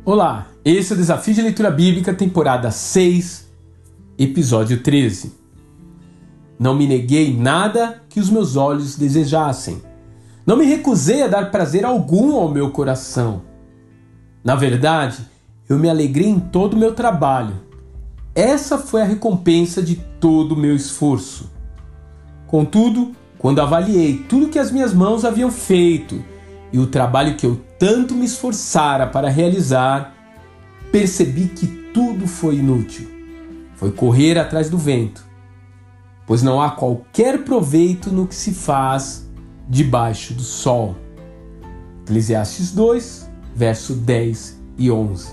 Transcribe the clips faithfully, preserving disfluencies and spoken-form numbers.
Olá, esse é o Desafio de Leitura Bíblica, temporada seis, episódio treze. Não me neguei nada que os meus olhos desejassem. Não me recusei a dar prazer algum ao meu coração. Na verdade, eu me alegrei em todo o meu trabalho. Essa foi a recompensa de todo o meu esforço. Contudo, quando avaliei tudo que as minhas mãos haviam feito e o trabalho que eu tanto me esforçara para realizar, percebi que tudo foi inútil. Foi correr atrás do vento, pois não há qualquer proveito no que se faz debaixo do sol. Eclesiastes dois, verso dez e onze.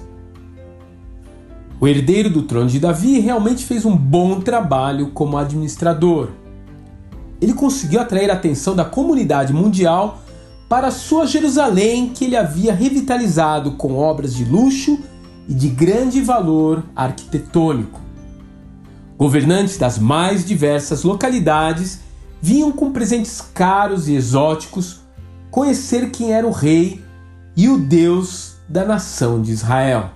O herdeiro do trono de Davi realmente fez um bom trabalho como administrador. Ele conseguiu atrair a atenção da comunidade mundial para a sua Jerusalém, que ele havia revitalizado com obras de luxo e de grande valor arquitetônico. Governantes das mais diversas localidades vinham com presentes caros e exóticos conhecer quem era o rei e o Deus da nação de Israel.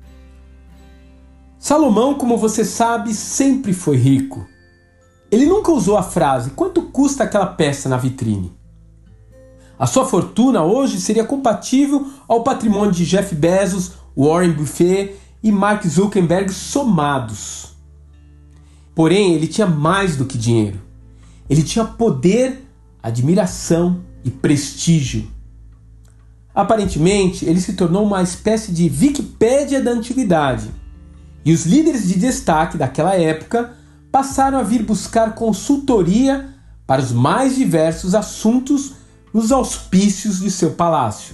Salomão, como você sabe, sempre foi rico. Ele nunca usou a frase: quanto custa aquela peça na vitrine? A sua fortuna hoje seria compatível ao patrimônio de Jeff Bezos, Warren Buffett e Mark Zuckerberg somados. Porém, ele tinha mais do que dinheiro. Ele tinha poder, admiração e prestígio. Aparentemente, ele se tornou uma espécie de Wikipédia da antiguidade. E os líderes de destaque daquela época passaram a vir buscar consultoria para os mais diversos assuntos nos auspícios de seu palácio.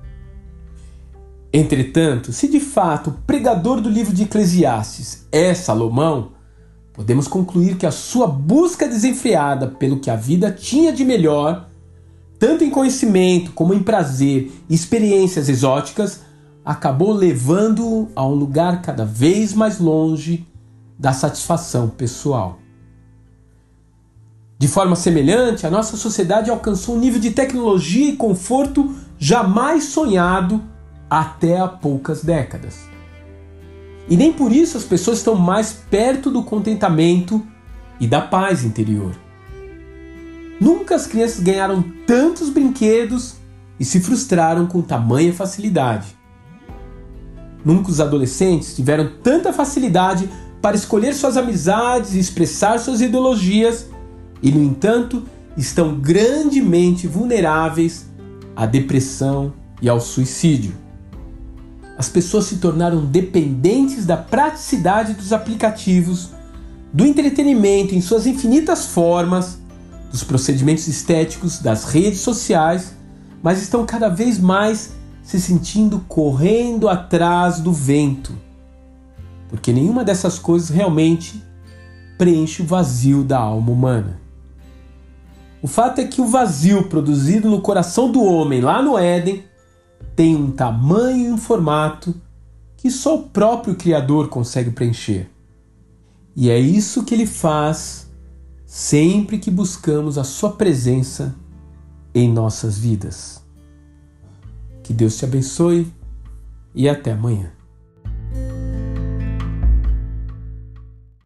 Entretanto, se de fato o pregador do livro de Eclesiastes é Salomão, podemos concluir que a sua busca desenfreada pelo que a vida tinha de melhor, tanto em conhecimento como em prazer e experiências exóticas, acabou levando-o a um lugar cada vez mais longe da satisfação pessoal. De forma semelhante, a nossa sociedade alcançou um nível de tecnologia e conforto jamais sonhado até há poucas décadas. E nem por isso as pessoas estão mais perto do contentamento e da paz interior. Nunca as crianças ganharam tantos brinquedos e se frustraram com tamanha facilidade. Nunca os adolescentes tiveram tanta facilidade para escolher suas amizades e expressar suas ideologias e, no entanto, estão grandemente vulneráveis à depressão e ao suicídio. As pessoas se tornaram dependentes da praticidade dos aplicativos, do entretenimento em suas infinitas formas, dos procedimentos estéticos, das redes sociais, mas estão cada vez mais se sentindo correndo atrás do vento, porque nenhuma dessas coisas realmente preenche o vazio da alma humana. O fato é que o vazio produzido no coração do homem lá no Éden tem um tamanho e um formato que só o próprio Criador consegue preencher. E é isso que ele faz sempre que buscamos a sua presença em nossas vidas. Que Deus te abençoe e até amanhã.